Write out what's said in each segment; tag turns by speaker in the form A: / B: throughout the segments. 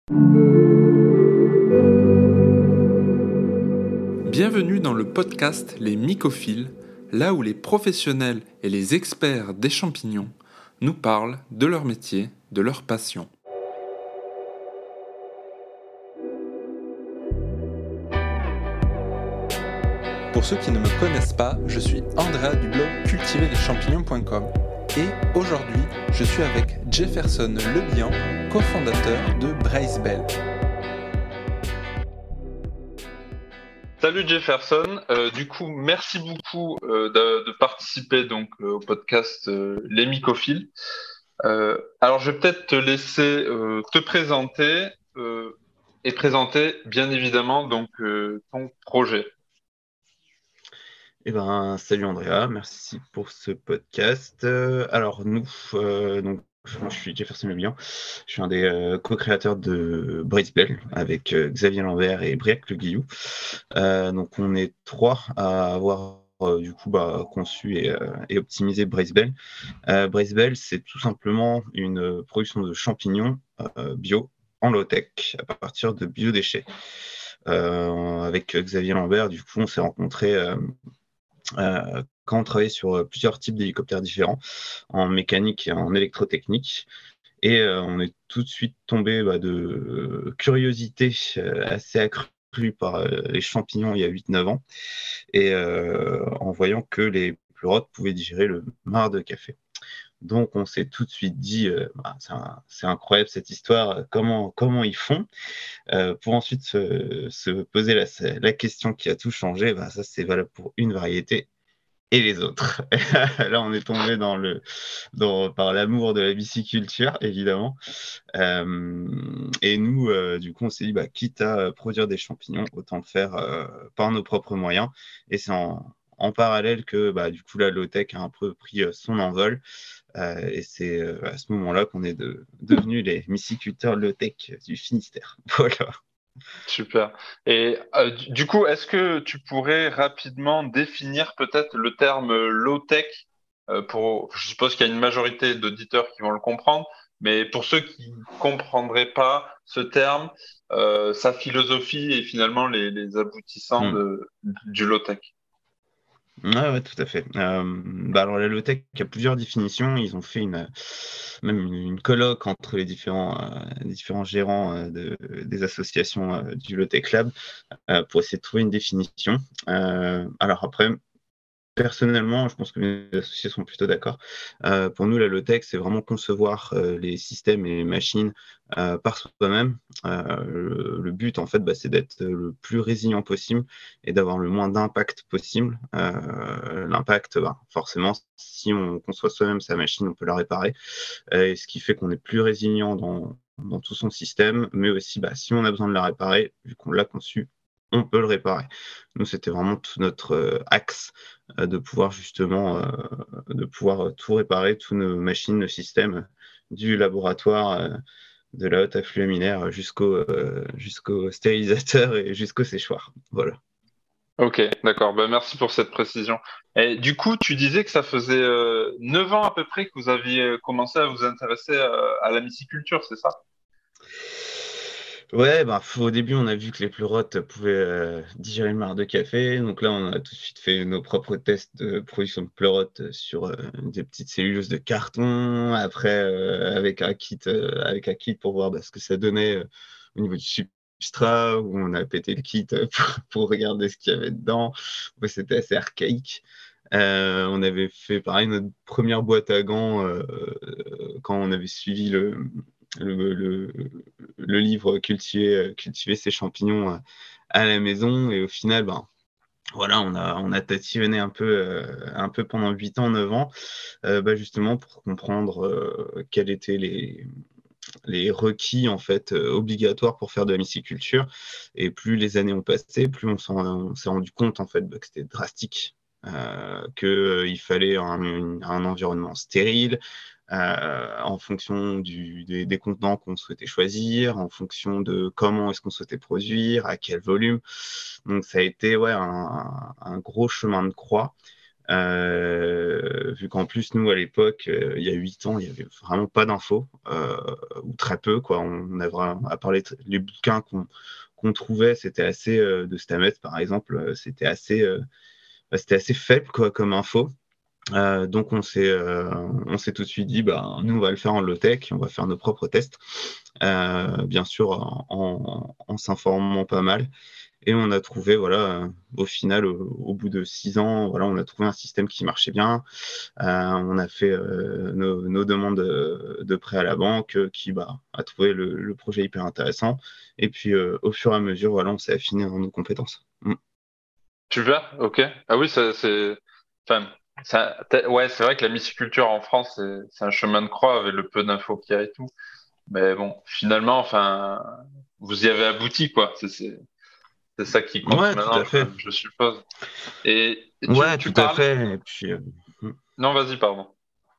A: Bienvenue dans le podcast Les Mycophiles, là où les professionnels et les experts des champignons nous parlent de leur métier, de leur passion. Pour ceux qui ne me connaissent pas, je suis Andrea du blog cultiverleschampignons.com et aujourd'hui, je suis avec Jefferson Lebihan, cofondateur de Bracebell. Salut Jefferson, du coup merci beaucoup de participer donc au podcast Les Mycophiles. Alors je vais peut-être te laisser te présenter et présenter bien évidemment donc ton projet.
B: Salut Andrea, merci pour ce podcast. Moi, je suis Jefferson Lebihan, je suis un des co-créateurs de Bracebell avec Xavier Lambert et Briac Le Guillou. Donc on est trois à avoir conçu et optimisé Bracebell. Bracebell, c'est tout simplement une production de champignons bio en low-tech à partir de biodéchets. Avec Xavier Lambert, du coup, on s'est rencontrés quand on travaillait sur plusieurs types d'hélicoptères différents, en mécanique et en électrotechnique. Et on est tout de suite tombé de curiosité assez accrue par les champignons il y a 8-9 ans, et en voyant que les pleurotes pouvaient digérer le marc de café. Donc on s'est tout de suite dit, c'est incroyable cette histoire, comment ils font, pour ensuite se poser la question qui a tout changé. Ça c'est valable pour une variété et les autres. Là, on est tombé par l'amour de la pisciculture, évidemment. Et nous, du coup, on s'est dit, quitte à produire des champignons, autant le faire par nos propres moyens. Et c'est en parallèle que, du coup, la low-tech a un peu pris son envol. Et c'est à ce moment-là qu'on est devenus les myciculteurs low-tech du Finistère. Voilà.
A: Super. Et du coup, est-ce que tu pourrais rapidement définir peut-être le terme low-tech je suppose qu'il y a une majorité d'auditeurs qui vont le comprendre, mais pour ceux qui ne comprendraient pas ce terme, sa philosophie et finalement les aboutissants
B: Hmm.
A: du low-tech.
B: Ouais, tout à fait. Alors la low-tech a plusieurs définitions. Ils ont fait même une colloque entre les différents gérants des associations du low-tech lab pour essayer de trouver une définition. Alors après, personnellement, je pense que les associés sont plutôt d'accord. Pour nous, la low-tech, c'est vraiment concevoir les systèmes et les machines par soi-même. Le but, en fait, c'est d'être le plus résilient possible et d'avoir le moins d'impact possible. L'impact, forcément, si on conçoit soi-même sa machine, on peut la réparer. Et ce qui fait qu'on est plus résilient dans tout son système, mais aussi, si on a besoin de la réparer, vu qu'on l'a conçu, on peut le réparer. Nous, c'était vraiment tout notre axe de pouvoir justement tout réparer, tous nos machines, nos systèmes, du laboratoire, de la haute afflux laminaire jusqu'au stérilisateur et jusqu'au séchoir. Voilà.
A: Ok, d'accord. Merci pour cette précision. Et du coup, tu disais que ça faisait 9 ans à peu près que vous aviez commencé à vous intéresser à la myciculture, c'est ça?
B: Ouais, au début, on a vu que les pleurotes pouvaient digérer le marc de café. Donc là, on a tout de suite fait nos propres tests de production de pleurotes sur des petites celluloses de carton. Après, avec un kit pour voir ce que ça donnait au niveau du substrat, où on a pété le kit pour regarder ce qu'il y avait dedans. Ouais, c'était assez archaïque. On avait fait pareil notre première boîte à gants quand on avait suivi le, le, le livre cultiver ses champignons à la maison. Et au final, voilà, on a tatillonné un peu pendant 8 ans, 9 ans, justement pour comprendre quels étaient les requis en fait obligatoires pour faire de la myciculture. Et plus les années ont passé, plus on s'est rendu compte en fait que c'était drastique, qu'il fallait un environnement stérile, en fonction des contenants qu'on souhaitait choisir, en fonction de comment est-ce qu'on souhaitait produire, à quel volume. Donc ça a été un gros chemin de croix. Vu qu'en plus, nous, à l'époque, il y a 8 ans, il n'y avait vraiment pas d'infos, ou très peu, quoi. On a vraiment, à part les bouquins qu'on trouvait, c'était assez, de Stamets, par exemple, c'était assez faible, quoi, comme info. Donc on s'est tout de suite dit, bah, nous on va le faire en low-tech, on va faire nos propres tests, bien sûr en s'informant pas mal. Et on a trouvé, voilà, au final, au bout de 6 ans, voilà, on a trouvé un système qui marchait bien. On a fait nos demandes de prêt à la banque, qui a trouvé le projet hyper intéressant. Et puis au fur et à mesure, voilà, on s'est affiné dans nos compétences.
A: Super, ok. Ah oui, enfin, ouais, c'est vrai que la myciculture en France, c'est un chemin de croix avec le peu d'infos qu'il y a et tout. Mais bon, finalement, enfin, vous y avez abouti, quoi. C'est ça qui compte
B: Ouais, tout
A: maintenant,
B: à fait.
A: je suppose. Et
B: Ouais,
A: tu
B: tout à
A: parlais.
B: fait. Et puis,
A: Non, vas-y, pardon.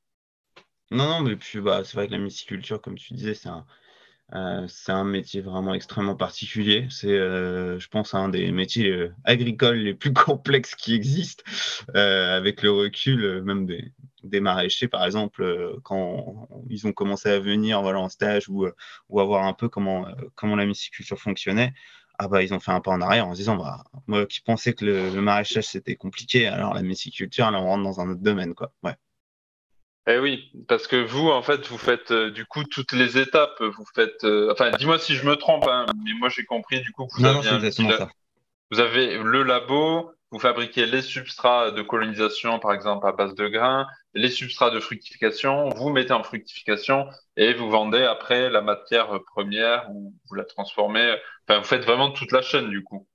B: non, non, mais puis c'est vrai que la myciculture, comme tu disais, c'est un métier vraiment extrêmement particulier. C'est, je pense, un des métiers agricoles les plus complexes qui existent. Avec le recul, même des maraîchers, par exemple, quand ils ont commencé à venir, voilà, en stage ou à voir un peu comment la myciculture fonctionnait. Ah bah, ils ont fait un pas en arrière en se disant, bah, moi qui pensais que le maraîchage c'était compliqué, alors la myciculture, là on rentre dans un autre domaine, quoi. Ouais.
A: Eh oui, parce que vous, en fait, vous faites du coup toutes les étapes. Vous faites. Enfin, dis-moi si je me trompe, hein, mais moi j'ai compris du coup que vous
B: Non, non,
A: aviez
B: c'est
A: un petit.
B: exactement ça.
A: Vous avez le labo, vous fabriquez les substrats de colonisation, par exemple à base de grains, les substrats de fructification, vous mettez en fructification et vous vendez après la matière première ou vous la transformez. Enfin, vous faites vraiment toute la chaîne du coup.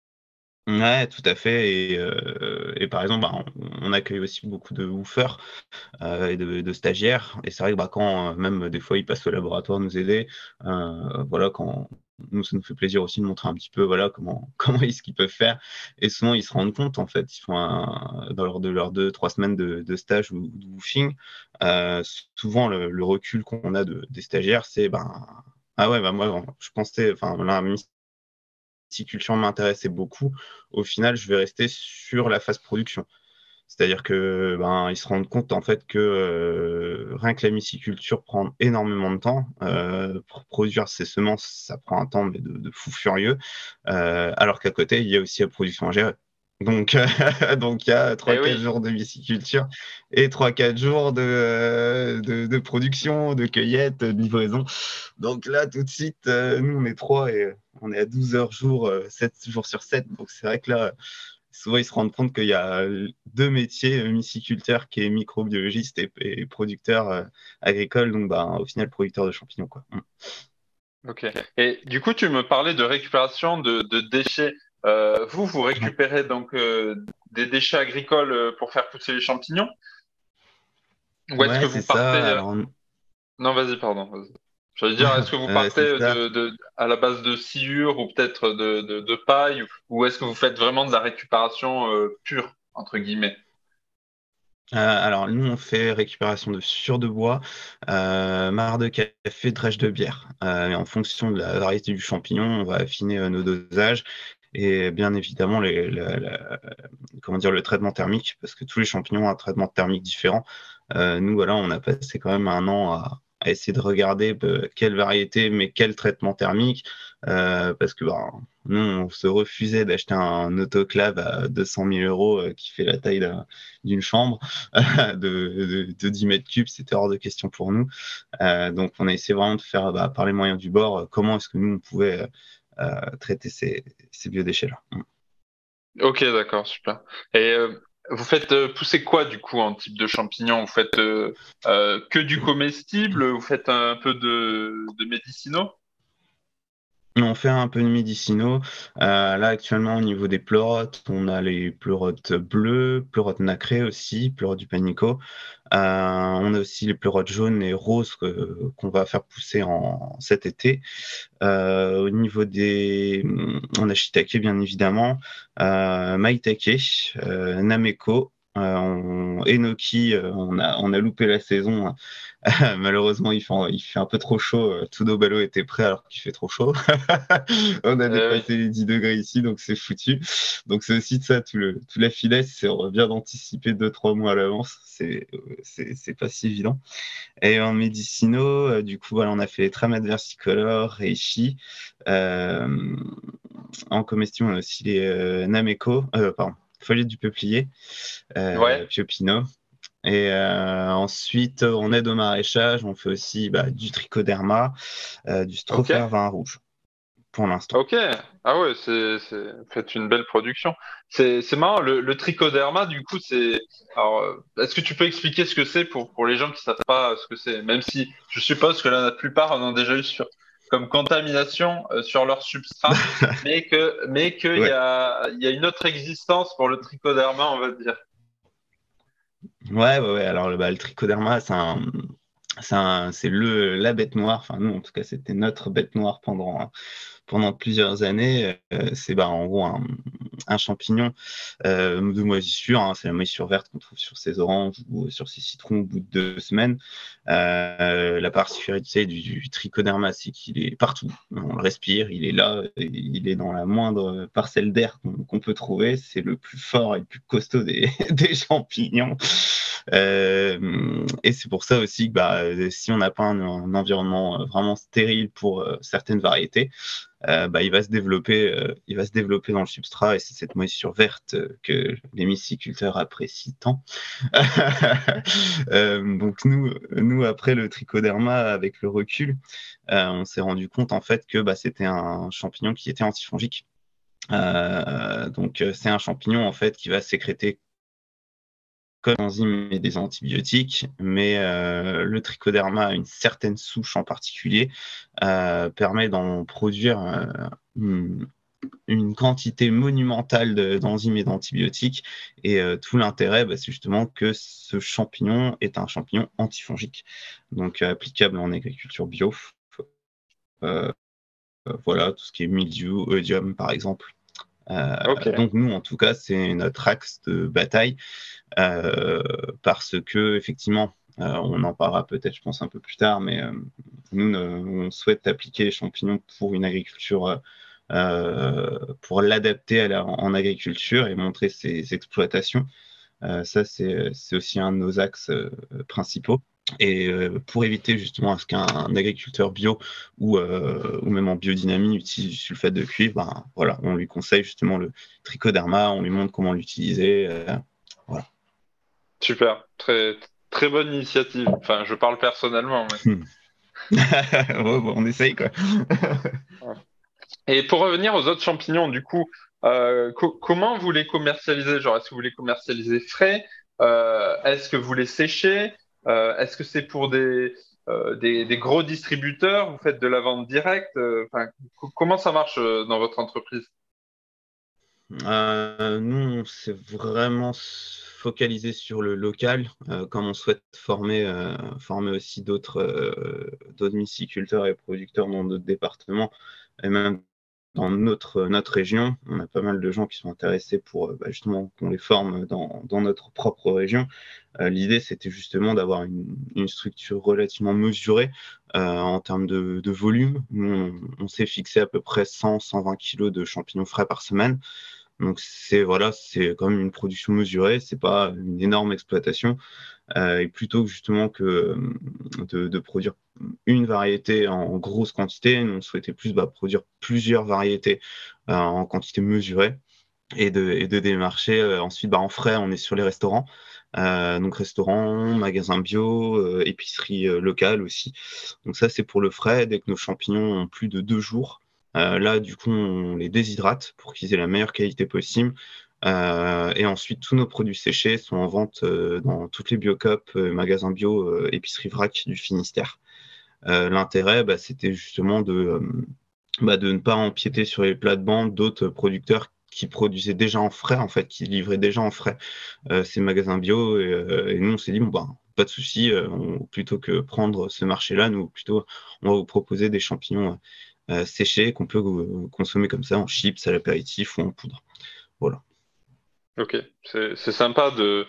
B: Ouais, tout à fait. Et par exemple, on accueille aussi beaucoup de woofers et de stagiaires. Et c'est vrai que quand même des fois ils passent au laboratoire nous aider, voilà, quand nous ça nous fait plaisir aussi de montrer un petit peu voilà comment est-ce qu'ils peuvent faire. Et souvent ils se rendent compte en fait, ils font dans leurs 2, 3 semaines de stage ou de woofing, souvent le recul qu'on a des stagiaires, c'est ah ouais, moi je pensais, enfin la myciculture m'intéressait beaucoup. Au final, je vais rester sur la phase production. C'est-à-dire que ils se rendent compte en fait que rien que la myciculture prend énormément de temps. Pour produire ces semences, ça prend un temps mais de fou furieux. Alors qu'à côté, il y a aussi la production à gérer. Donc, donc il y a
A: Eh
B: 3, 4 jours
A: oui,
B: de myciculture et 3, 4 jours de production, de cueillette, de livraison. Donc là, tout de suite, nous, on est trois et on est à 12 heures jour, 7 jours sur 7. Donc c'est vrai que là, souvent, ils se rendent compte qu'il y a deux métiers, myciculteur qui est microbiologiste et producteur agricole, donc au final, producteur de champignons, quoi.
A: ok. Et du coup, tu me parlais de récupération de déchets. Vous
B: Ouais.
A: récupérez donc des déchets agricoles pour faire pousser les champignons? Ou est-ce que
B: Ouais, c'est
A: vous partez.
B: ça. Alors,
A: Non, vas-y, pardon. Vas-y. J'allais dire, est-ce que vous partez
B: c'est ça.
A: à la base de sciure ou peut-être de paille ou est-ce que vous faites vraiment de la récupération pure, entre guillemets?
B: Alors, nous, on fait récupération de sur de bois, marc de café, drèche de bière. Et en fonction de la variété du champignon, on va affiner nos dosages et bien évidemment comment dire, le traitement thermique, parce que tous les champignons ont un traitement thermique différent. Nous, voilà, on a passé quand même un an à essayer de regarder quelle variété, mais quel traitement thermique, parce que nous, on se refusait d'acheter un autoclave à 200 000 euros qui fait la taille d'une chambre de 10 mètres cubes, c'était hors de question pour nous. Donc, on a essayé vraiment de faire, par les moyens du bord, comment est-ce que nous, on pouvait traiter ces biodéchets-là.
A: Ok, d'accord, super. Et vous faites pousser quoi du coup en type de champignon? Vous faites que du comestible? Vous faites un peu de médicinaux?
B: On fait un peu de médicinaux. Là, actuellement, au niveau des pleurotes, on a les pleurotes bleues, pleurotes nacrées aussi, pleurotes du panico. On a aussi les pleurotes jaunes et roses qu'on va faire pousser cet été. Au niveau on a shiitake, bien évidemment, maitake, nameko. Enoki, on a loupé la saison. Malheureusement, il fait un peu trop chaud. Tout nos ballots étaient prêts alors qu'il fait trop chaud. On a
A: Eh oui.
B: dépassé les 10 degrés ici, donc c'est foutu. Donc c'est aussi de ça, tout la finesse, c'est bien d'anticiper 2-3 mois à l'avance. C'est pas si évident. Et en médicinaux, du coup, voilà, on a fait les Tramet Versicolor, Reishi. Euh, En comestible, on a aussi les Nameko, pardon, feuillet du peuplier,
A: Ouais.
B: Piopino. Et ensuite, en aide au maraîchage, on fait aussi du trichoderma, du
A: Ok.
B: stropher vin rouge, pour l'instant.
A: Ok. Ah ouais, faites une belle production. C'est marrant. Le trichoderma, du coup, c'est. Alors, est-ce que tu peux expliquer ce que c'est pour les gens qui savent pas ce que c'est? Même si je suppose que la plupart en ont déjà eu comme contamination sur leur substrat, mais qu'il y
B: Ouais,
A: a une autre existence pour le trichoderma, on va dire.
B: ouais. Alors, le trichoderma, c'est la bête noire. Enfin, nous, en tout cas, c'était notre bête noire pendant plusieurs années. C'est en gros un champignon de moisissure. Hein, c'est la moisissure verte qu'on trouve sur ces oranges ou sur ces citrons au bout de 2 semaines. La particularité du trichoderma, c'est qu'il est partout. On le respire, il est là, il est dans la moindre parcelle d'air qu'on peut trouver. C'est le plus fort et le plus costaud des, des champignons. Et c'est pour ça aussi que si on n'a pas un environnement vraiment stérile pour certaines variétés, il va se développer dans le substrat et c'est cette moisissure verte que les myciculteurs apprécient tant. Donc nous, après le trichoderma, avec le recul, on s'est rendu compte en fait que c'était un champignon qui était antifongique. Donc c'est un champignon en fait qui va sécréter comme des enzymes et des antibiotiques, mais le trichoderma, une certaine souche en particulier, permet d'en produire une quantité monumentale d'enzymes et d'antibiotiques. Et tout l'intérêt, c'est justement que ce champignon est un champignon antifongique, donc applicable en agriculture bio. Euh, voilà, tout ce qui est mildiou, oedium par exemple.
A: Ok.
B: Donc nous, en tout cas, c'est notre axe de bataille parce que effectivement, on en parlera peut-être, je pense, un peu plus tard, mais nous, on souhaite appliquer les champignons pour une agriculture, pour l'adapter en agriculture et montrer ses exploitations. Ça, c'est aussi un de nos axes principaux. Et pour éviter justement à ce qu'un agriculteur bio ou même en biodynamie utilise du sulfate de cuivre, voilà, on lui conseille justement le trichoderma, on lui montre comment l'utiliser. Voilà.
A: Super. Très, très bonne initiative. Enfin, je parle personnellement, mais.
B: Ouais, bon, on essaye quoi.
A: Ouais. Et pour revenir aux autres champignons, du coup, comment vous les commercialisez? Genre, est-ce que vous les commercialisez frais? Est-ce que vous les séchez? Est-ce que c'est pour des gros distributeurs? Vous faites de la vente directe? Enfin, comment ça marche dans votre entreprise?
B: Nous, on s'est vraiment focalisé sur le local, comme on souhaite former aussi d'autres myciculteurs et producteurs dans d'autres départements, et même dans notre région. On a pas mal de gens qui sont intéressés pour justement qu'on les forme dans notre propre région. L'idée, c'était justement d'avoir une structure relativement mesurée en termes de volume. Nous, on s'est fixé à peu près 100-120 kilos de champignons frais par semaine. Donc c'est quand même une production mesurée, c'est pas une énorme exploitation. Et plutôt que justement que de produire une variété en grosse quantité, nous on souhaitait plus produire plusieurs variétés en quantité mesurée et de démarcher. Ensuite, en frais, on est sur les restaurants. Donc restaurants, magasins bio, épicerie locale aussi. Donc ça, c'est pour le frais. Dès que nos champignons ont plus de 2 jours, là, du coup, on les déshydrate pour qu'ils aient la meilleure qualité possible. Et ensuite, tous nos produits séchés sont en vente dans toutes les biocoop, magasins bio, épicerie vrac du Finistère. L'intérêt, c'était justement de ne pas empiéter sur les plates-bandes d'autres producteurs qui produisaient déjà en frais, en fait, qui livraient déjà en frais ces magasins bio. Et nous, on s'est dit, bon, pas de souci, plutôt que prendre ce marché-là, nous, plutôt, on va vous proposer des champignons séchés qu'on peut consommer comme ça en chips, à l'apéritif ou en poudre. Voilà.
A: Ok, c'est sympa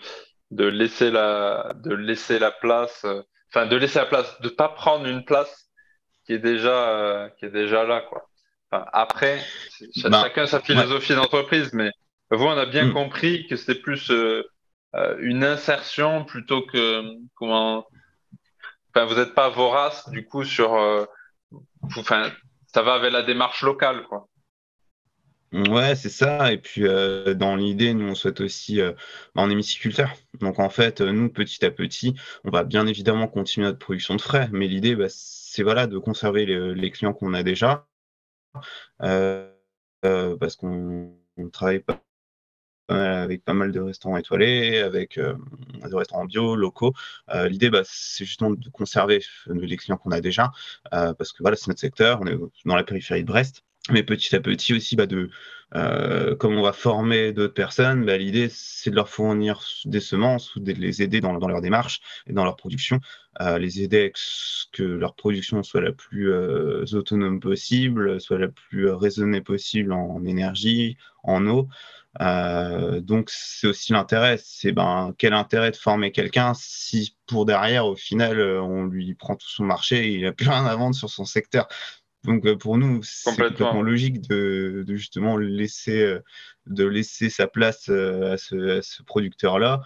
A: de laisser la place, enfin de laisser la place, de pas prendre une place qui est déjà là, quoi. Enfin, après,
B: Ben,
A: chacun sa
B: ouais.
A: philosophie d'entreprise, mais vous, on a bien
B: Hmm.
A: compris que c'était plus une insertion plutôt que comment. Enfin, vous n'êtes pas vorace du coup sur. Enfin, ça va avec la démarche locale, quoi.
B: Ouais, c'est ça. Et puis, dans l'idée, nous, on souhaite aussi, on est myciculteurs. Donc, en fait, nous, petit à petit, on va bien évidemment continuer notre production de frais. Mais l'idée, bah, c'est voilà, de conserver les clients qu'on a déjà, euh, parce qu'on travaille pas avec pas mal de restaurants étoilés, avec des restaurants bio, locaux. L'idée, bah, c'est justement de conserver les clients qu'on a déjà, parce que voilà, c'est notre secteur, on est dans la périphérie de Brest. Mais petit à petit aussi, bah, comme on va former d'autres personnes, bah, l'idée, c'est de leur fournir des semences ou de les aider dans leur démarche et dans leur production, les aider avec que leur production soit la plus autonome possible, soit la plus raisonnée possible en énergie, en eau. Donc c'est aussi l'intérêt, c'est ben quel intérêt de former quelqu'un si pour derrière au final on lui prend tout son marché et il a plus rien à vendre sur son secteur. Donc pour nous, c'est complètement
A: Complètement.
B: logique de justement de laisser sa place à ce producteur-là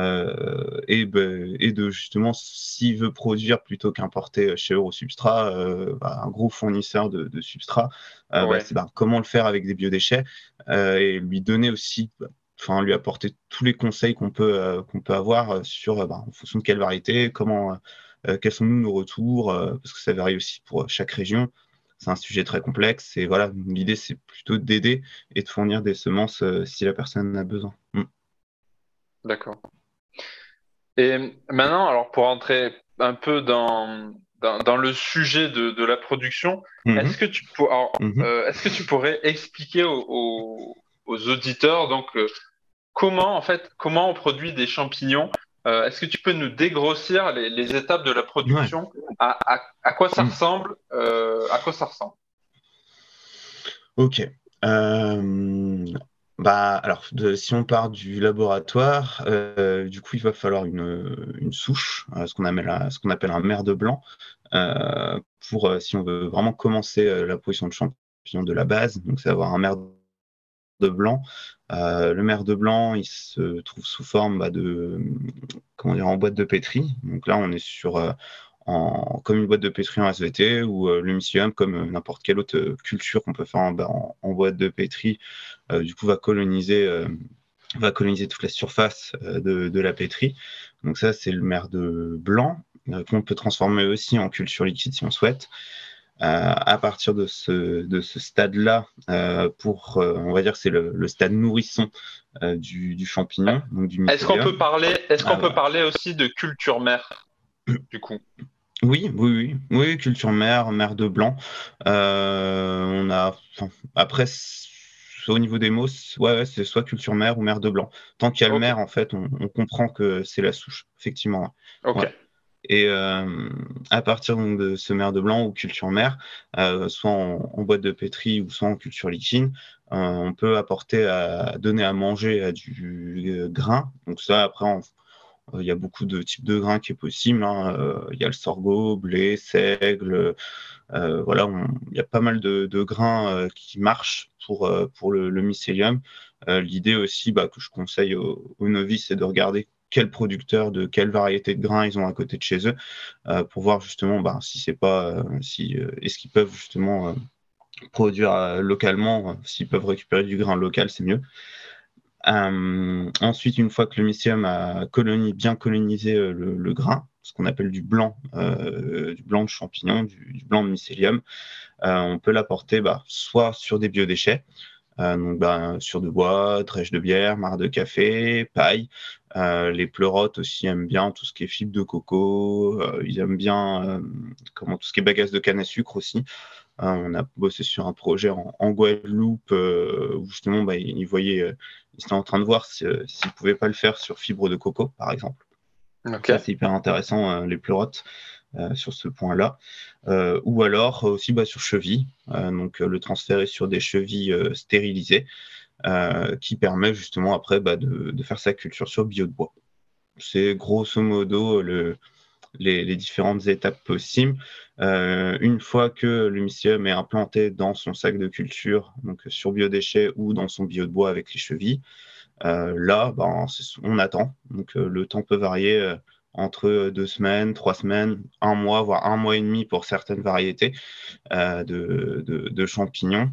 B: et de justement, s'il veut produire plutôt qu'importer chez Eurosubstrat, bah, un gros fournisseur de substrat, bah,
A: Ouais.
B: c'est bah, comment le faire avec des biodéchets et lui donner aussi, bah, enfin lui apporter tous les conseils qu'on peut avoir sur bah, en fonction de quelle variété, quels sont nous nos retours, parce que ça varie aussi pour chaque région. C'est un sujet très complexe et voilà, l'idée c'est plutôt d'aider et de fournir des semences si la personne en a besoin. Mm.
A: D'accord. Et maintenant, alors pour entrer un peu dans le sujet de la production,
B: Mhm. Mhm.
A: est-ce que tu pourrais expliquer aux auditeurs donc comment en fait comment on produit des champignons? Est-ce que tu peux nous dégrossir les étapes de la
B: Ouais.
A: production? À quoi ça
B: Mm.
A: ressemble? À quoi ça ressemble?
B: Ok. Bah, alors, si on part du laboratoire, du coup, il va falloir une souche, ce qu'on appelle un mer de blanc, pour si on veut vraiment commencer la production de champignons de la base. Donc, c'est avoir un mer de blanc. Le mer de blanc, il se trouve sous forme bah, comment dire, en boîte de pétri. Donc là, on est comme une boîte de pétri en SVT ou le mycélium comme n'importe quelle autre culture qu'on peut faire en boîte de pétri. Du coup, va coloniser toute la surface de la pétri. Donc ça, c'est le mer de blanc qu'on peut transformer aussi en culture liquide si on souhaite. À partir de ce stade-là, on va dire, c'est le stade nourrisson du champignon, donc du mycélium.
A: Est-ce qu'on peut
B: Euh,
A: parler aussi de culture mère du coup?
B: oui, culture mère, mère de blanc. Enfin, après, au niveau des mots, ouais, c'est soit culture mère ou mère de blanc. Tant qu'il y a le
A: Ok,
B: mère, en fait, on comprend que c'est la souche, effectivement.
A: ok.
B: Ouais. Et à partir donc, de ce mer de blanc ou culture mère, soit en boîte de pétri ou soit en culture liquide, on peut donner à manger à du grain. Donc ça, après, il y a beaucoup de types de grains qui est possible, hein. Il y a le sorgho, blé, seigle. Voilà, il y a pas mal de grains qui marchent pour le mycélium. L'idée aussi bah, que je conseille aux novices, c'est de regarder quel producteur de quelle variété de grains ils ont à côté de chez eux pour voir justement bah, si c'est pas si est-ce qu'ils peuvent justement produire localement, s'ils peuvent récupérer du grain local, c'est mieux. Ensuite, une fois que le mycélium a bien colonisé le grain, ce qu'on appelle du blanc de champignon, du blanc de mycélium, on peut l'apporter bah, soit sur des biodéchets, donc bah, sur de bois, drèche de bière, marc de café, paille. Les pleurotes aussi aiment bien tout ce qui est fibre de coco, ils aiment bien tout ce qui est bagasse de canne à sucre aussi. On a bossé sur un projet en Guadeloupe où justement bah, ils étaient en train de voir s'ils ne pouvaient pas le faire sur fibre de coco, par exemple. Donc
A: Ok.
B: ça, c'est hyper intéressant, les pleurotes, sur ce point-là. Ou alors aussi bah, sur cheville, donc le transférer sur des chevilles stérilisées. qui permet justement après de faire sa culture sur bio de bois. C'est grosso modo les différentes étapes possibles. Une fois que le mycélium est implanté dans son sac de culture, donc sur biodéchets ou dans son bio de bois avec les chevilles, là, on attend. Donc le temps peut varier entre 2 semaines, 3 semaines, 1 mois, voire 1 mois et demi pour certaines variétés de champignons.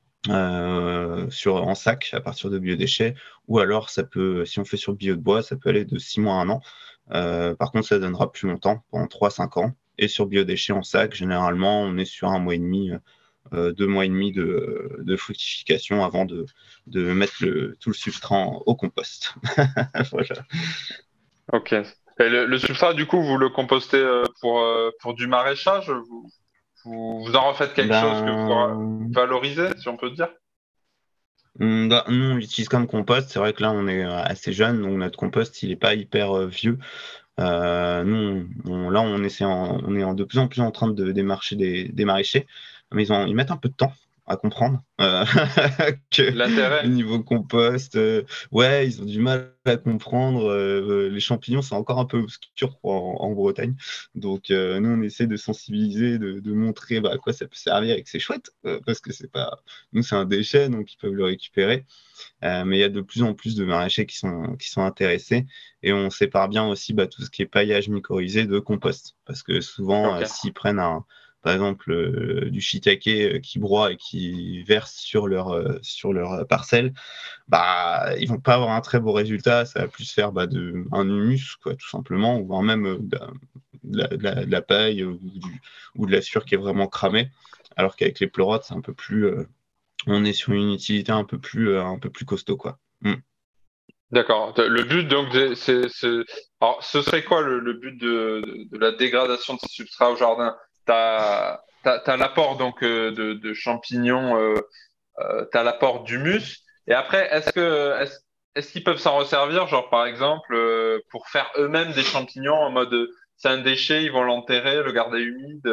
B: En sac à partir de biodéchets, ou alors ça peut, si on fait sur bio de bois, ça peut aller de 6 mois à 1 an. Par contre, ça donnera plus longtemps, pendant 3-5 ans. Et sur biodéchets en sac, généralement, on est sur 1 mois et demi, 2 mois et demi de fructification avant de mettre tout le substrat au compost. Voilà.
A: Ok. Et le substrat, du coup, vous le compostez pour du maraîchage? Vous en refaites quelque chose que vous
B: Ben,
A: valorisez, si on peut dire?
B: nous, on l'utilise comme compost. C'est vrai que là, on est assez jeune, donc notre compost, il n'est pas hyper vieux. Nous, là, on est de plus en plus en train de démarcher des maraîchers, mais ils mettent un peu de temps à comprendre que le
A: L'intérêt?
B: niveau compost, ouais, ils ont du mal à comprendre. Les champignons, c'est encore un peu obscur en Bretagne. Donc, nous, on essaie de sensibiliser, de montrer à quoi ça peut servir et que c'est chouette, parce que nous, c'est un déchet, donc ils peuvent le récupérer. Mais il y a de plus en plus de maraîchers qui sont intéressés et on sépare bien aussi tout ce qui est paillage mycorhizé de compost. Parce que souvent,
A: Ok.
B: s'ils prennent par exemple du shiitake qui broie et qui verse sur leur parcelle, ils vont pas avoir un très beau résultat. Ça va plus faire un humus, quoi, tout simplement, ou voire même de la paille ou de la sueur qui est vraiment cramée. Alors qu'avec les pleurotes, c'est un peu plus on est sur une utilité un peu plus costaud, quoi. Mm.
A: D'accord. Le but, donc, alors, ce serait quoi le but de la dégradation de ces substrats au jardin? T'as l'apport donc de champignons, t'as l'apport d'humus, et après, est-ce qu'ils peuvent s'en resservir, genre par exemple, pour faire eux-mêmes des champignons en mode c'est un déchet, ils vont l'enterrer, le garder humide.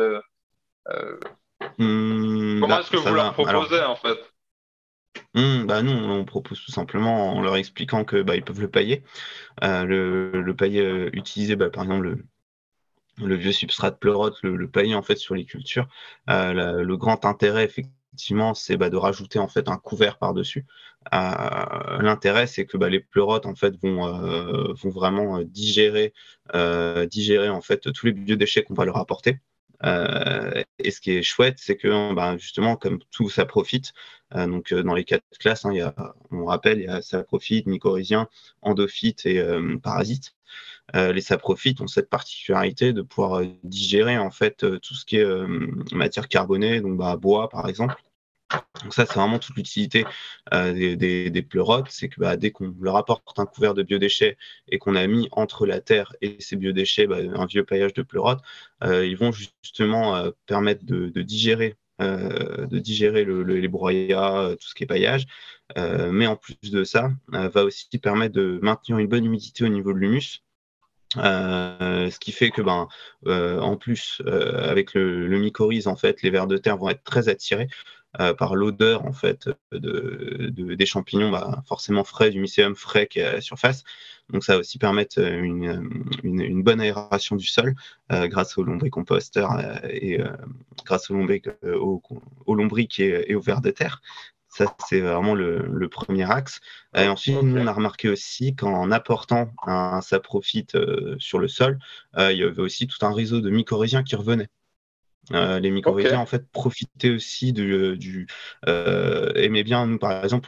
A: Comment est-ce que
B: Ça
A: vous leur
B: va. Alors,
A: proposez en fait?
B: nous, on propose tout simplement en leur expliquant que ils peuvent le pailler. Le pailler utilisé, par exemple, le vieux substrat de pleurote, le pailler en fait sur les cultures. Le grand intérêt, effectivement, c'est de rajouter en fait un couvert par-dessus. L'intérêt, c'est que les pleurotes en fait vont vraiment digérer en fait tous les biodéchets qu'on va leur apporter. Et ce qui est chouette, c'est que justement, comme tout ça profite, donc dans les 4 classes, on rappelle, il y a saprophyte, mycorhizien, endophyte et parasite. Les saprophytes ont cette particularité de pouvoir digérer en fait tout ce qui est matière carbonée, donc bois par exemple. Donc ça, c'est vraiment toute l'utilité des pleurotes, c'est que dès qu'on leur apporte un couvert de biodéchets et qu'on a mis entre la terre et ces biodéchets un vieux paillage de pleurotes, ils vont justement permettre de digérer les broyats, tout ce qui est paillage, mais en plus de ça, va aussi permettre de maintenir une bonne humidité au niveau de l'humus. Ce qui fait que en plus avec le mycorhize en fait les vers de terre vont être très attirés par l'odeur en fait des champignons forcément frais, du mycélium frais qui est à la surface. Donc ça va aussi permettre une bonne aération du sol grâce au lombricomposteurs et grâce au lombric et aux vers de terre. Ça, c'est vraiment le premier axe. Et ensuite, nous, on a
A: Ok.
B: remarqué aussi qu'en apportant un saprophyte sur le sol, il y avait aussi tout un réseau de mycorhiziens qui revenaient. Les
A: Ok.
B: mycorhiziens, en fait, profitaient aussi aimaient bien, nous, par exemple,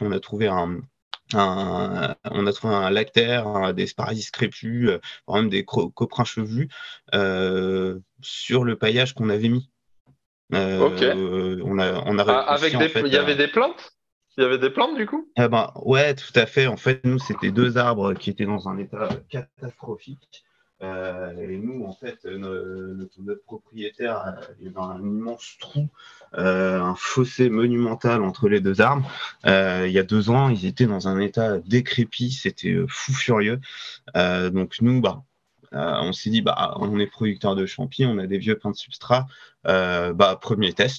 B: on a trouvé un lactaire, des sparasis crépus, voire même des coprins chevelus sur le paillage qu'on avait mis.
A: Ok.
B: On a réussi,
A: Avec
B: en
A: il
B: fait,
A: y avait des plantes? Il y avait des plantes du coup?
B: ouais, tout à fait. En fait, nous, c'était 2 arbres qui étaient dans un état catastrophique. Et nous, en fait, notre propriétaire est dans un immense trou, un fossé monumental entre les 2 arbres. Il y a 2 ans, ils étaient dans un état décrépit, c'était fou furieux. Donc nous, on s'est dit, on est producteur de champignons, on a des vieux pains de substrat. Premier test.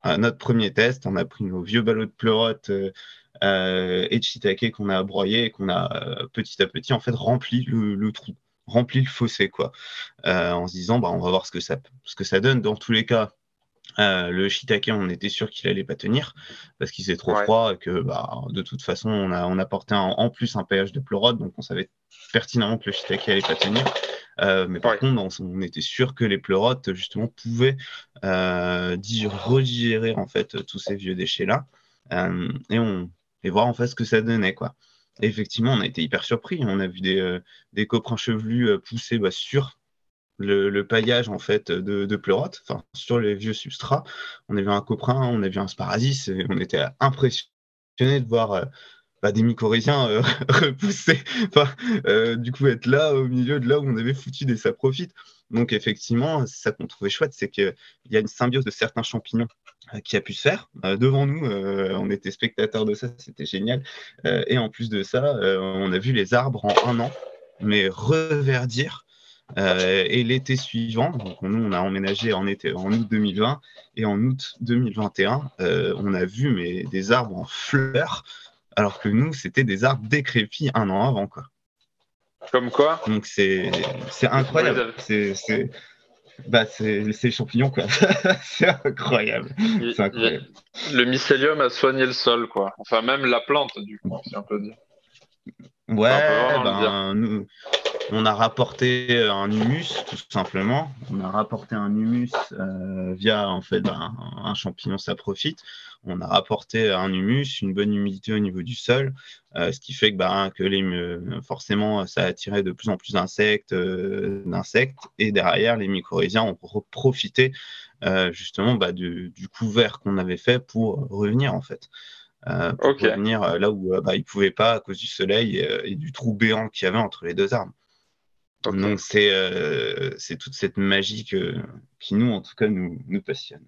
B: notre premier test, on a pris nos vieux ballots de pleurote et de shiitake qu'on a broyé et qu'on a petit à petit en fait rempli le trou, rempli le fossé quoi, en se disant on va voir ce que ça donne. Dans tous les cas, le shiitake, on était sûr qu'il allait pas tenir parce qu'il faisait trop
A: Ouais,
B: froid et que de toute façon on a porté en plus un pH de pleurote, donc on savait pertinemment que le shiitake allait pas tenir. Mais par
A: ouais.
B: contre, on était sûr que les pleurotes justement pouvaient redigérer en fait tous ces vieux déchets là, et voir en fait ce que ça donnait quoi. Et effectivement, on a été hyper surpris. On a vu des coprins chevelus pousser sur le paillage en fait de pleurote, enfin sur les vieux substrats. On a vu un coprin, on a vu un sparasis, et on était impressionnés de voir des mycorhiziens repousser, enfin, du coup être là au milieu de là où on avait foutu des saprophytes. Donc effectivement, c'est ça qu'on trouvait chouette, c'est qu'il y a une symbiose de certains champignons qui a pu se faire devant nous. On était spectateurs de ça, c'était génial. Et en plus de ça, on a vu les arbres en 1 an, mais reverdir. Et l'été suivant, donc nous on a emménagé en août 2020, et en août 2021, on a vu des arbres en fleurs, alors que nous c'était des arbres décrépits 1 an avant quoi.
A: Comme quoi,
B: Donc c'est
A: vous
B: incroyable,
A: avez-
B: c'est les champignons quoi. C'est incroyable, c'est incroyable.
A: le mycélium a soigné le sol, quoi. Enfin, même la plante, du coup, si on peut dire. Enfin, on peut
B: Ouais,
A: vraiment le dire.
B: nous, on a rapporté un humus, tout simplement. On a rapporté un humus via en fait un champignon saprophyte. On a rapporté un humus, une bonne humidité au niveau du sol, ce qui fait que forcément ça a attiré de plus en plus d'insectes, et derrière les mycorhiziens ont profité justement du couvert qu'on avait fait pour revenir en fait. Pour
A: Ok,
B: revenir là où ils ne pouvaient pas à cause du soleil et du trou béant qu'il y avait entre les deux arbres.
A: ok.
B: Donc c'est toute cette magie qui nous, en tout cas, nous passionne.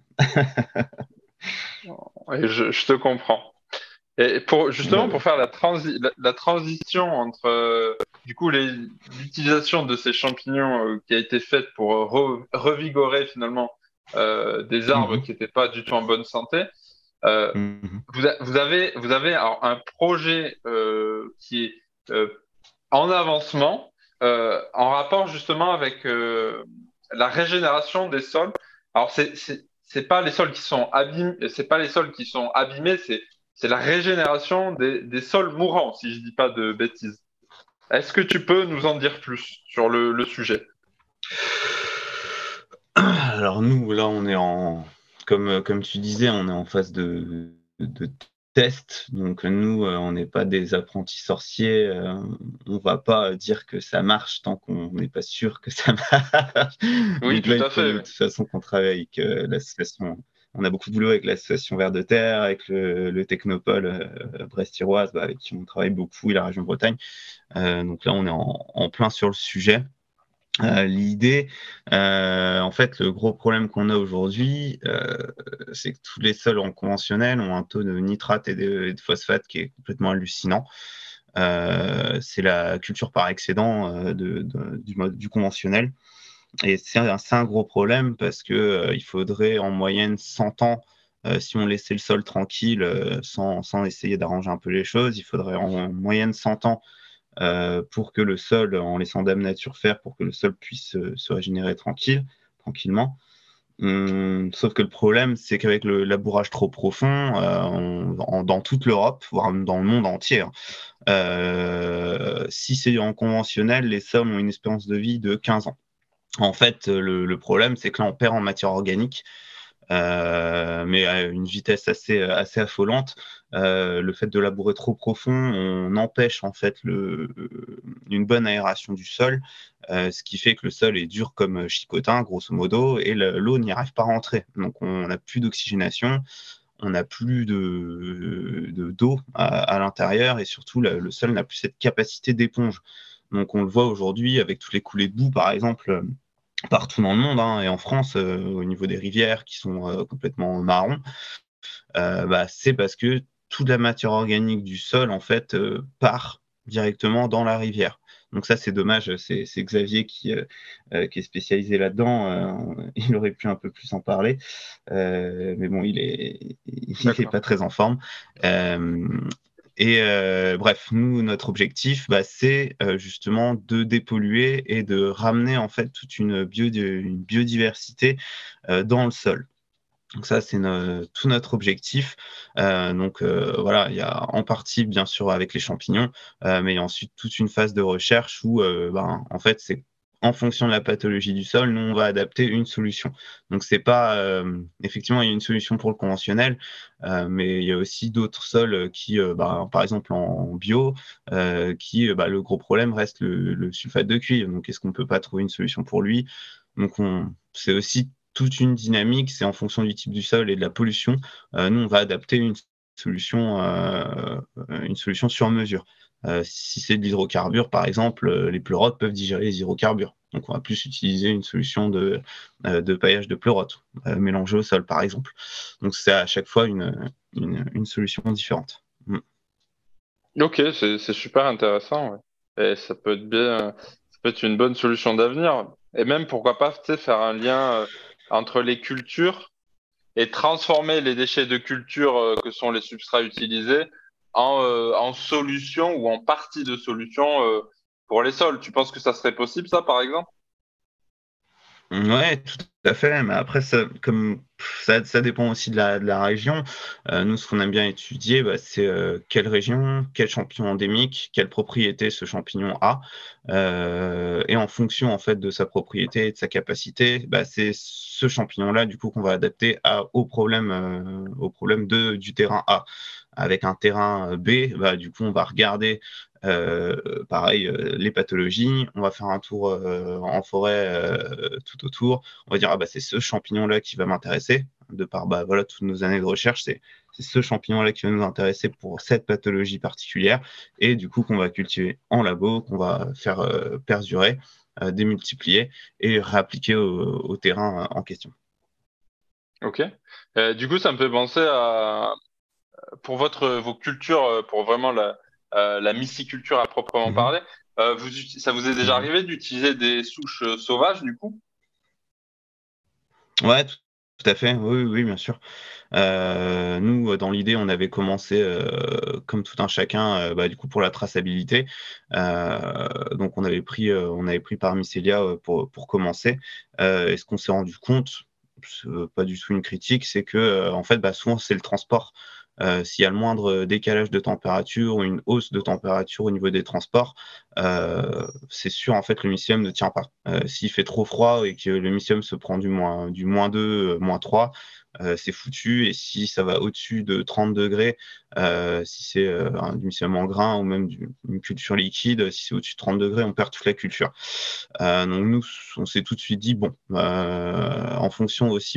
A: Et je te comprends. Et justement,
B: Ouais.
A: pour faire la transition entre, du coup, l'utilisation de ces champignons qui a été faite pour revigorer finalement des arbres
B: Mhm.
A: qui n'étaient pas du tout en bonne santé, euh,
B: Mhm.
A: vous avez alors, un projet qui est en avancement en rapport justement avec la régénération des sols. Alors c'est pas les sols qui sont abîmés, c'est pas les sols qui sont abîmés, c'est la régénération des sols mourants, si je dis pas de bêtises. Est-ce que tu peux nous en dire plus sur le sujet?
B: Alors nous, là, comme tu disais, on est en phase de test. Donc nous, on n'est pas des apprentis sorciers. On va pas dire que ça marche tant qu'on n'est pas sûr que ça marche.
A: Oui,
B: Donc là,
A: tout
B: il
A: à
B: faut
A: fait.
B: de
A: Oui.
B: toute façon qu'on travaille avec l'association. On a beaucoup de boulot avec l'association Vers de Terre, avec le Technopole Brest-Iroise, avec qui on travaille beaucoup, et la région Bretagne. Donc là, on est en plein sur le sujet. L'idée, en fait, le gros problème qu'on a aujourd'hui, c'est que tous les sols en conventionnel ont un taux de nitrate et de phosphate qui est complètement hallucinant. C'est la culture par excédent du conventionnel. Et c'est un gros problème parce que il faudrait en moyenne 100 ans, si on laissait le sol tranquille, sans essayer d'arranger un peu les choses, il faudrait en moyenne 100 ans pour que le sol, en laissant Dame Nature faire, pour que le sol puisse se régénérer tranquillement. Sauf que le problème, c'est qu'avec le labourage trop profond, dans toute l'Europe, voire dans le monde entier, hein, si c'est en conventionnel, les sols ont une espérance de vie de 15 ans. En fait, le problème, c'est que là, on perd en matière organique, mais à une vitesse assez affolante. Le fait de labourer trop profond, on empêche en fait une bonne aération du sol, ce qui fait que le sol est dur comme chicotin, grosso modo, et l'eau n'y arrive pas à rentrer. Donc on n'a plus d'oxygénation, on n'a plus d'eau à l'intérieur, et surtout le sol n'a plus cette capacité d'éponge. Donc on le voit aujourd'hui avec tous les coulées de boue, par exemple, partout dans le monde, hein, et en France, au niveau des rivières qui sont complètement marrons, c'est parce que toute la matière organique du sol, en fait, part directement dans la rivière. Donc ça, c'est dommage. C'est Xavier qui est spécialisé là-dedans. Il aurait pu un peu plus en parler. Mais bon, il est
A: D'accord.
B: pas très en forme. Euh, bref, nous, notre objectif, c'est justement de dépolluer et de ramener en fait toute une biodiversité dans le sol. Donc ça, c'est tout notre objectif. Voilà, il y a en partie, bien sûr, avec les champignons, mais il y a ensuite toute une phase de recherche où, en fait, c'est en fonction de la pathologie du sol, nous, on va adapter une solution. Donc, c'est pas, effectivement, il y a une solution pour le conventionnel, mais il y a aussi d'autres sols qui, par exemple, en bio, le gros problème reste le sulfate de cuivre. Donc, est-ce qu'on peut pas trouver une solution pour lui? Donc, c'est aussi toute une dynamique, c'est en fonction du type du sol et de la pollution. Nous, on va adapter une solution sur mesure. Si c'est de l'hydrocarbure, par exemple, les pleurotes peuvent digérer les hydrocarbures. Donc, on va plus utiliser une solution de paillage de pleurotes, mélangée au sol, par exemple. Donc, c'est à chaque fois une solution différente. Mm.
A: Ok, c'est super intéressant. Ouais. Et ça peut être une bonne solution d'avenir. Et même, pourquoi pas, tu sais, faire un lien entre les cultures et transformer les déchets de culture que sont les substrats utilisés en solution ou en partie de solution pour les sols. Tu penses que ça serait possible, ça, par exemple?
B: Ouais, tout à fait. Mais après, ça dépend aussi de la région. Nous, ce qu'on aime bien étudier, c'est quelle région, quel champignon endémique, quelle propriété ce champignon a. Et en fonction en fait de sa propriété et de sa capacité, c'est ce champignon-là du coup qu'on va adapter au problème du terrain A. Avec un terrain B, du coup, on va regarder pareil, les pathologies, on va faire un tour en forêt tout autour, on va dire ah c'est ce champignon-là qui va m'intéresser, de par voilà toutes nos années de recherche, c'est ce champignon-là qui va nous intéresser pour cette pathologie particulière, et du coup qu'on va cultiver en labo, qu'on va faire perdurer, démultiplier et réappliquer au terrain en question.
A: Ok. Du coup, ça me fait penser à, pour vos cultures, pour vraiment la myciculture à proprement
B: Mhm.
A: parler, ça vous est déjà
B: Mhm.
A: arrivé d'utiliser des souches sauvages, du coup?
B: Ouais, tout à fait, oui, oui, oui, bien sûr. Nous, dans l'idée, on avait commencé, comme tout un chacun, du coup, pour la traçabilité. Donc on avait pris par Mycelia, pour commencer. Et ce qu'on s'est rendu compte, c'est pas du tout une critique, c'est que, en fait, souvent, c'est le transport. S'il y a le moindre décalage de température ou une hausse de température au niveau des transports, c'est sûr, en fait, le mycélium ne tient pas. S'il fait trop froid et que le mycélium se prend du -2, -3, c'est foutu. Et si ça va au-dessus de 30 degrés, si c'est du mycélium en grain ou même une culture liquide, si c'est au-dessus de 30 degrés, on perd toute la culture. Donc nous, on s'est tout de suite dit, bon, en fonction aussi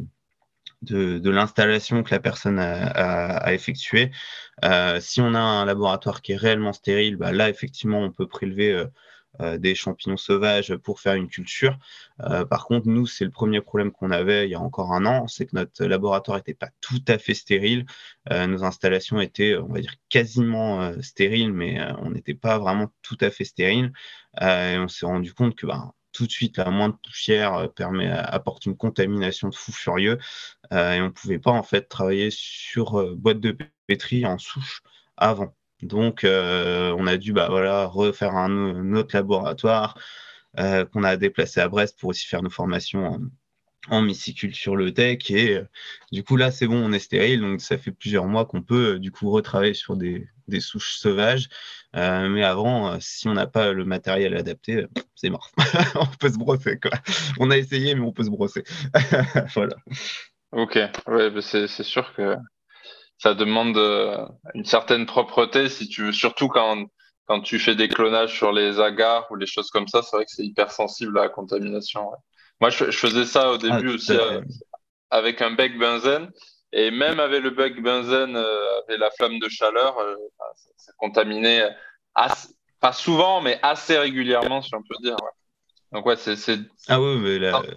B: de l'installation que la personne a effectuée, si on a un laboratoire qui est réellement stérile, là, effectivement, on peut prélever des champignons sauvages pour faire une culture. Par contre, nous, c'est le premier problème qu'on avait il y a encore un an, c'est que notre laboratoire n'était pas tout à fait stérile. Nos installations étaient, on va dire, quasiment stériles, mais on n'était pas vraiment tout à fait stérile. Et on s'est rendu compte que tout de suite, la moindre poussière apporte une contamination de fou furieux. Et on ne pouvait pas en fait travailler sur boîte de pétri en souche avant. Donc, on a dû voilà, refaire un autre laboratoire qu'on a déplacé à Brest pour aussi faire nos formations en myciculture le tech. Et du coup, là, c'est bon, on est stérile. Donc, ça fait plusieurs mois qu'on peut du coup retravailler sur des souches sauvages. Mais avant, si on n'a pas le matériel adapté, c'est mort. On peut se brosser, quoi. On a essayé, mais on peut se brosser. Voilà.
A: Ok, ouais, c'est sûr que ça demande une certaine propreté si tu veux, surtout quand tu fais des clonages sur les agars ou les choses comme ça, c'est vrai que c'est hyper sensible à la contamination. Ouais. Moi, je faisais ça au
B: Ah,
A: début
B: tout
A: aussi
B: à fait.
A: avec un bec benzène, et même avec le bec benzène, avec la flamme de chaleur, ça contaminait pas souvent, mais assez régulièrement, si on peut dire. Ouais. Donc ouais,
B: Ah oui, mais là,
A: Ah,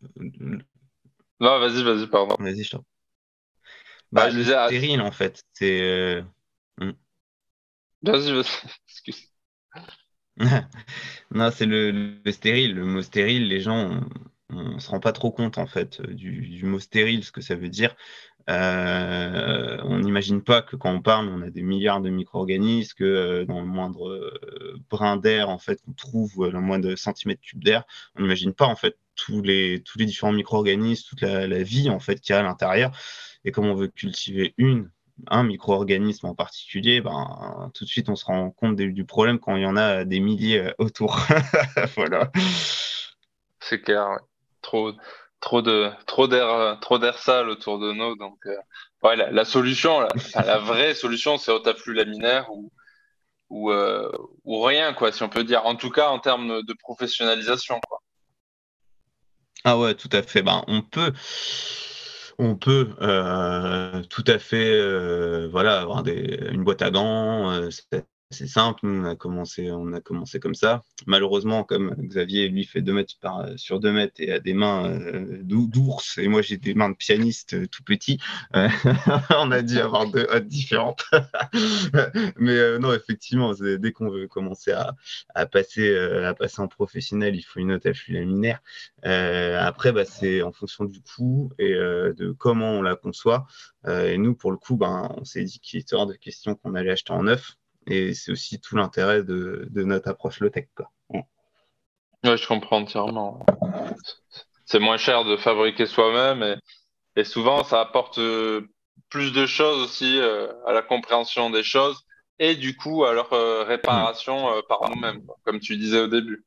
A: non, vas-y, pardon.
B: vas-y, je t'en.
A: Bah, je
B: Le
A: disais,
B: stérile, en fait, c'est. Hmm.
A: vas-y, excuse.
B: Non, c'est le stérile. Le mot stérile, les gens, on se rend pas trop compte en fait du mot stérile, ce que ça veut dire. On n'imagine pas que quand on parle, on a des milliards de micro-organismes, que dans le moindre brin d'air, en fait, on trouve le moindre centimètre cube d'air. On n'imagine pas en fait tous les différents micro-organismes, toute la vie en fait qu'il y a à l'intérieur. Et comme on veut cultiver un micro-organisme en particulier, ben, tout de suite on se rend compte du problème quand il y en a des milliers autour. Voilà.
A: C'est clair, ouais. Trop, trop d'air sale autour de nous. Donc, ouais, la solution, enfin, la vraie solution, c'est au afflux laminaire ou, euh, ou rien, quoi, si on peut dire. En tout cas, en termes de professionnalisation, quoi.
B: Ah ouais, tout à fait. Ben, on peut tout à fait, voilà, avoir une boîte à gants. C'est simple. Nous, on a commencé comme ça. Malheureusement, comme Xavier, lui, fait 2 mètres sur 2 mètres et a des mains d'ours, et moi, j'ai des mains de pianiste tout petit, euh, on a dû avoir 2 hôtes différentes. Mais non, effectivement, dès qu'on veut commencer à passer en professionnel, il faut une hotte à flux laminaire. Après, bah, c'est en fonction du coût et de comment on la conçoit. Et nous, pour le coup, ben, on s'est dit qu'il était hors de question qu'on allait acheter en neuf. Et c'est aussi tout l'intérêt de notre approche low-tech, quoi.
A: Ouais, je comprends entièrement. C'est moins cher de fabriquer soi-même et souvent, ça apporte plus de choses aussi à la compréhension des choses et du coup à leur
B: Mm.
A: réparation par nous-mêmes, quoi, comme tu disais au début.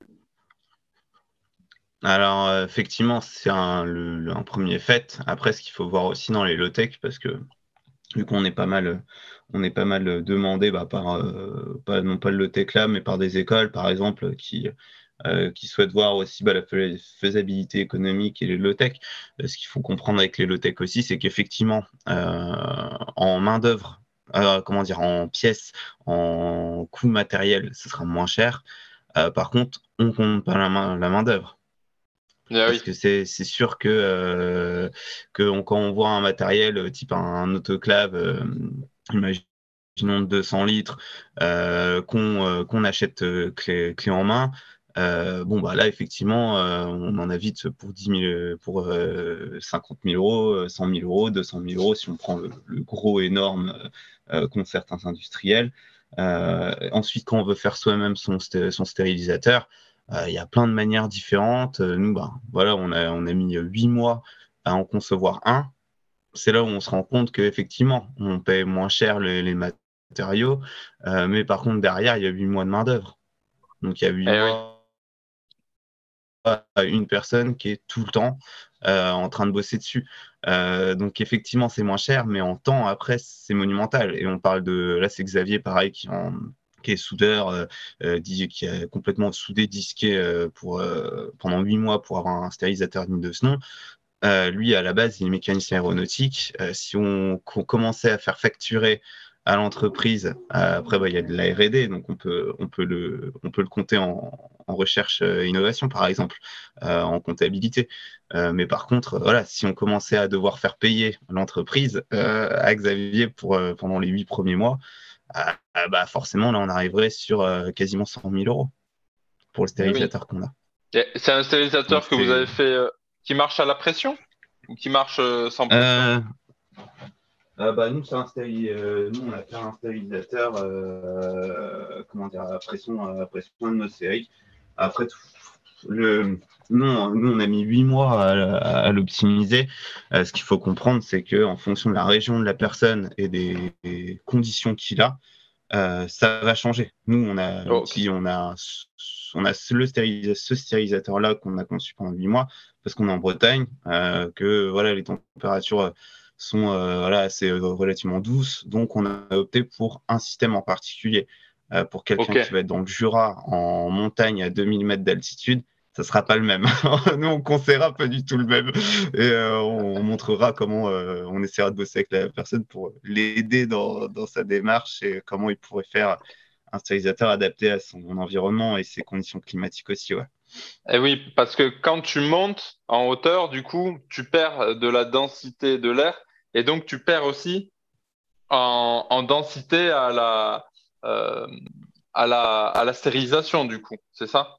B: Alors, effectivement, c'est un premier fait. Après, ce qu'il faut voir aussi dans les low-tech, parce que vu qu'on est pas mal demandé bah, pas, non pas le low-tech là, mais par des écoles, par exemple, qui souhaitent voir aussi bah, la faisabilité économique et les low-tech. Ce qu'il faut comprendre avec les low-tech aussi, c'est qu'effectivement, en main-d'œuvre, comment dire, en pièces, en coût matériel, ce sera moins cher. Par contre, on compte pas la main-d'œuvre.
A: Ah
B: Parce
A: oui,
B: que c'est sûr quand on voit un matériel type un autoclave, imaginons de 200 litres, qu'on achète clé en main, bon, bah là, effectivement, on en a vite pour 10 000, pour 50 000 euros, 100 000 euros, 200 000 euros, si on prend le gros énorme qu'ont certains industriels. Ensuite, quand on veut faire soi-même son stérilisateur, il y a plein de manières différentes. Nous, bah, voilà, on a mis 8 mois à en concevoir un. C'est là où on se rend compte qu'effectivement, on paye moins cher les matériaux, mais par contre, derrière, il y a 8 mois de main-d'œuvre. Donc, il y a huit
A: eh oui.
B: mois à une personne qui est tout le temps en train de bosser dessus. Donc, effectivement, c'est moins cher, mais en temps, après, c'est monumental. Et on parle là, c'est Xavier, pareil, qui est soudeur, qui a complètement soudé, disqué pendant 8 mois pour avoir un stérilisateur digne de ce nom. Lui, à la base, il est mécanicien aéronautique. Si on commençait à faire facturer à l'entreprise, après, bah, il y a de la R&D, donc on peut le compter en recherche et innovation, par exemple, en comptabilité. Mais par contre, voilà, si on commençait à devoir faire payer l'entreprise à Xavier pendant les 8 premiers mois, bah, forcément, là, on arriverait sur quasiment 100 000 euros pour le
A: Eh oui.
B: stérilisateur qu'on a.
A: C'est un
B: Donc,
A: stérilisateur que vous
B: c'est.
A: avez fait qui marche à la pression ou qui marche sans pression?
B: Euh, bah, nous, on a fait un stérilisateur, comment dire, à pression atmosphérique. Après, nous, on a mis 8 mois à l'optimiser. Ce qu'il faut comprendre, c'est qu'en fonction de la région de la personne et des conditions qu'il a, ça va changer. Nous, on a
A: Oh, ok.
B: l'outil, on a ce stérilisateur-là qu'on a conçu pendant 8 mois parce qu'on est en Bretagne, que voilà, les températures sont voilà, assez relativement douces. Donc, on a opté pour un système en particulier. Pour quelqu'un
A: Ok.
B: qui va être dans le Jura, en montagne à 2000 mètres d'altitude, ça sera pas le même. Nous, on conseillera pas du tout le même. Et on montrera comment on essaiera de bosser avec la personne pour l'aider dans sa démarche et comment il pourrait faire un stabilisateur adapté à son environnement et ses conditions climatiques aussi. Ouais.
A: Eh oui, parce que quand tu montes en hauteur, du coup, tu perds de la densité de l'air et donc tu perds aussi en densité à la, euh, à la stérilisation, du coup, c'est ça?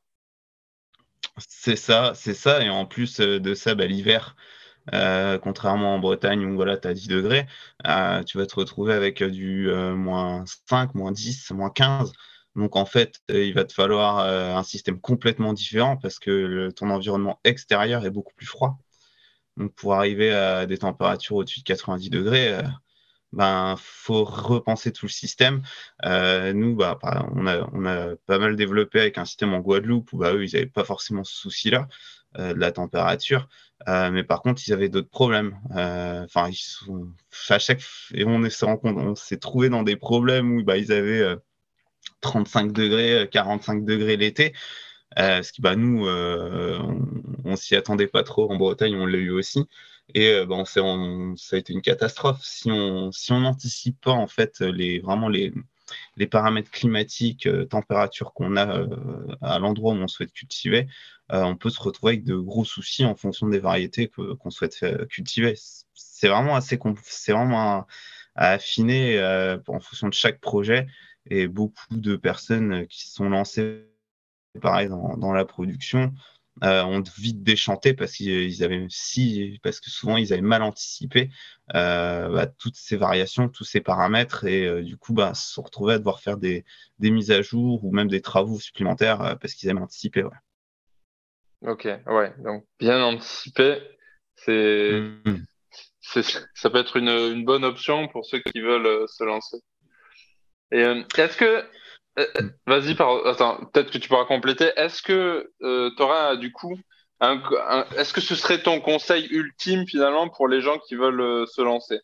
B: C'est ça. Et en plus de ça, l'hiver, contrairement en Bretagne où voilà, tu as 10 degrés, tu vas te retrouver avec du -5, -10, -15. Donc en fait, il va te falloir un système complètement différent parce que ton environnement extérieur est beaucoup plus froid. Donc pour arriver à des températures au-dessus de 90 degrés, faut repenser tout le système. Nous, on a pas mal développé avec un système en Guadeloupe où eux, ils n'avaient pas forcément ce souci-là de la température. Mais par contre, ils avaient d'autres problèmes. Enfin, ils sont à chaque et on s'est trouvé dans des problèmes où ils avaient 35 degrés, 45 degrés l'été. Parce que nous, on s'y attendait pas trop en Bretagne, on l'a eu aussi. Et ça a été une catastrophe. Si on n'anticipe pas en fait vraiment les paramètres climatiques, température qu'on a à l'endroit où on souhaite cultiver, on peut se retrouver avec de gros soucis en fonction des variétés qu'on souhaite cultiver. C'est vraiment à affiner en fonction de chaque projet. Et beaucoup de personnes qui se sont lancées pareil dans la production, ont vite déchanté parce que souvent ils avaient mal anticipé toutes ces variations, tous ces paramètres et du coup se sont retrouvés à devoir faire des mises à jour ou même des travaux supplémentaires parce qu'ils avaient anticipé. Ouais.
A: Ok, ouais, donc bien anticipé, c'est,
B: Mmh.
A: ça peut être une bonne option pour ceux qui veulent se lancer. Et est-ce que,
B: Mmh.
A: vas-y, attends, peut-être que tu pourras compléter. Est-ce que tu auras du coup, est-ce que ce serait ton conseil ultime finalement pour les gens qui veulent se lancer?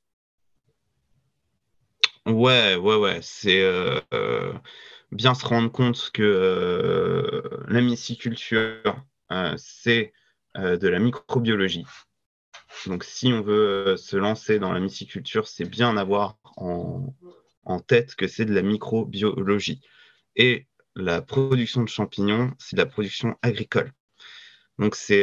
B: Ouais, ouais, ouais, c'est bien se rendre compte que la myciculture, c'est de la microbiologie. Donc, si on veut se lancer dans la myciculture, c'est bien d'avoir en tête que c'est de la microbiologie. Et la production de champignons, c'est de la production agricole. Donc, c'est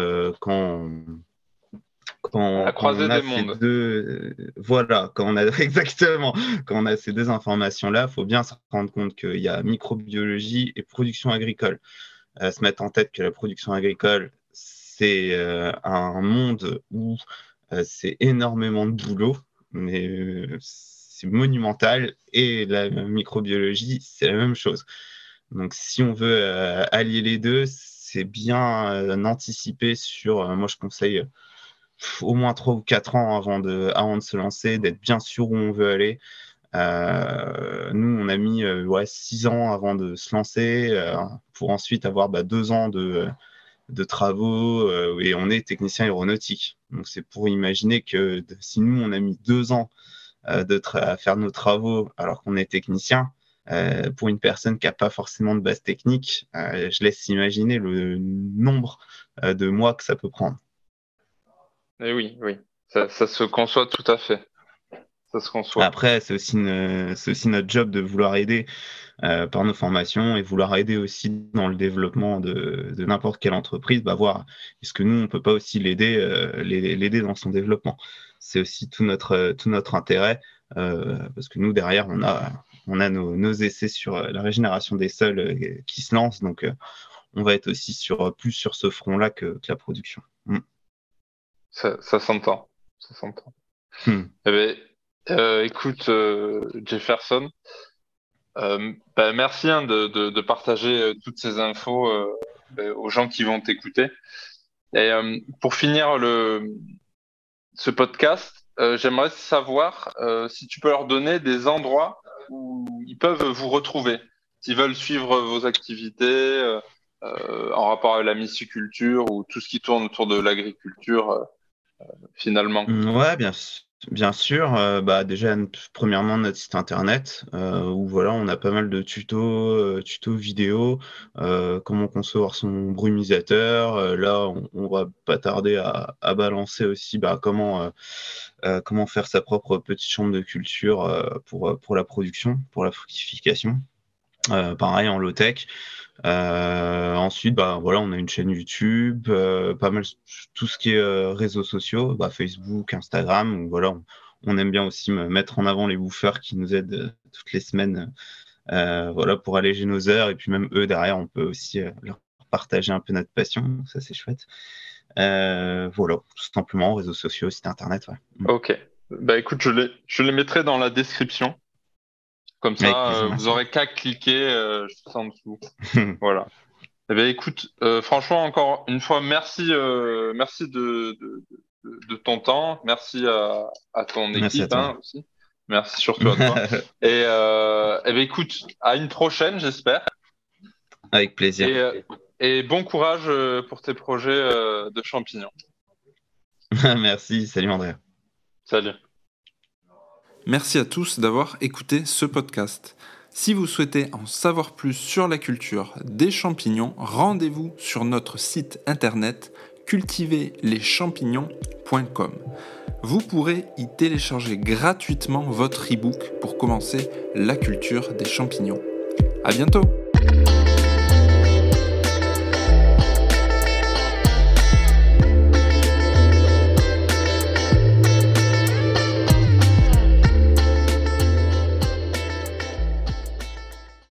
A: À la
B: quand on
A: croisée
B: a
A: des
B: ces
A: mondes.
B: deux, voilà, quand on a exactement, quand on a ces deux informations-là, il faut bien se rendre compte qu'il y a microbiologie et production agricole. Se mettre en tête que la production agricole, c'est un monde où c'est énormément de boulot, mais c'est monumental. Et la microbiologie, c'est la même chose. Donc, si on veut allier les deux, c'est bien d'anticiper sur, moi je conseille au moins 3 ou 4 ans avant de se lancer, d'être bien sûr où on veut aller. Nous, on a mis 6 ans avant de se lancer pour ensuite avoir 2 ans de travaux et on est technicien aéronautique. Donc, c'est pour imaginer que si nous, on a mis 2 ans à faire nos travaux alors qu'on est technicien, pour une personne qui n'a pas forcément de base technique, je laisse imaginer le nombre de mois que ça peut prendre.
A: Et oui, oui, ça se conçoit tout à fait. Ça se conçoit.
B: Après, c'est aussi notre job de vouloir aider par nos formations et vouloir aider aussi dans le développement de n'importe quelle entreprise, voir est-ce que nous, on peut pas aussi l'aider dans son développement. C'est aussi tout notre intérêt, parce que nous, derrière, on a nos essais sur la régénération des sols qui se lancent, donc on va être aussi plus sur ce front-là que la production. Mm.
A: Ça s'entend. Ça s'entend.
B: Mm.
A: Eh ben, écoute, Jefferson, merci hein, de partager toutes ces infos aux gens qui vont t'écouter. Et pour finir ce podcast, j'aimerais savoir si tu peux leur donner des endroits où ils peuvent vous retrouver, s'ils veulent suivre vos activités en rapport avec la myciculture ou tout ce qui tourne autour de l'agriculture finalement.
B: Ouais, bien sûr. Déjà, premièrement, notre site internet, où voilà, on a pas mal de tutos vidéo, comment concevoir son brumisateur. Là, on va pas tarder à balancer aussi comment faire sa propre petite chambre de culture pour la production, pour la fructification. Pareil en low-tech. Ensuite, voilà, on a une chaîne YouTube, pas mal tout ce qui est réseaux sociaux, Facebook, Instagram, où voilà, on aime bien aussi mettre en avant les woofers qui nous aident toutes les semaines voilà, pour alléger nos heures. Et puis même eux, derrière, on peut aussi leur partager un peu notre passion. Ça, c'est chouette. Voilà, tout simplement, réseaux sociaux, site internet. Ouais.
A: Ok. Bah écoute, je les mettrai dans la description. Comme
B: Avec
A: ça,
B: plaisir,
A: vous
B: merci.
A: aurez qu'à cliquer juste en dessous. Voilà. Eh bien, écoute, franchement, encore une fois, merci de ton temps. Merci à ton
B: Merci à
A: équipe
B: toi.
A: hein, aussi. Merci surtout à toi. Eh bien, écoute, à une prochaine, j'espère.
B: Avec plaisir.
A: Et bon courage pour tes projets de champignons.
B: Merci, salut André.
A: Salut.
C: Merci à tous d'avoir écouté ce podcast. Si vous souhaitez en savoir plus sur la culture des champignons, rendez-vous sur notre site internet cultiverleschampignons.com. Vous pourrez y télécharger gratuitement votre e-book pour commencer la culture des champignons. À bientôt!